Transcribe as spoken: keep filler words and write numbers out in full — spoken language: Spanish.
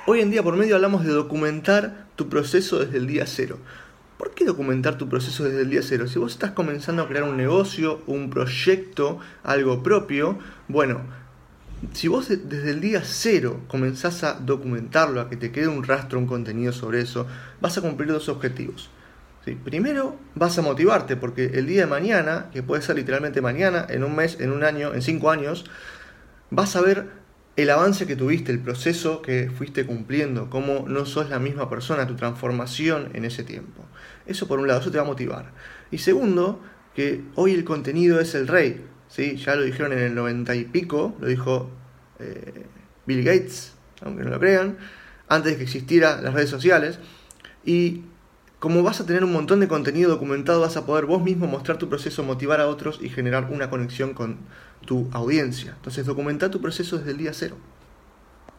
Hoy en día por medio hablamos de documentar tu proceso desde el día cero. ¿Por qué documentar tu proceso desde el día cero? Si vos estás comenzando a crear un negocio, un proyecto, algo propio, bueno, si vos desde el día cero comenzás a documentarlo, a que te quede un rastro, un contenido sobre eso, vas a cumplir dos objetivos. ¿Sí? Primero, vas a motivarte, porque el día de mañana, que puede ser literalmente mañana, en un mes, en un año, en cinco años, vas a ver el avance que tuviste, el proceso que fuiste cumpliendo, cómo no sos la misma persona, tu transformación en ese tiempo. Eso por un lado, eso te va a motivar. Y segundo, que hoy el contenido es el rey, ¿sí? Ya lo dijeron en el noventa y pico, lo dijo eh, Bill Gates, aunque no lo crean, antes de que existieran las redes sociales. Y como vas a tener un montón de contenido documentado, vas a poder vos mismo mostrar tu proceso, motivar a otros y generar una conexión con tu audiencia. Entonces, documenta tu proceso desde el día cero.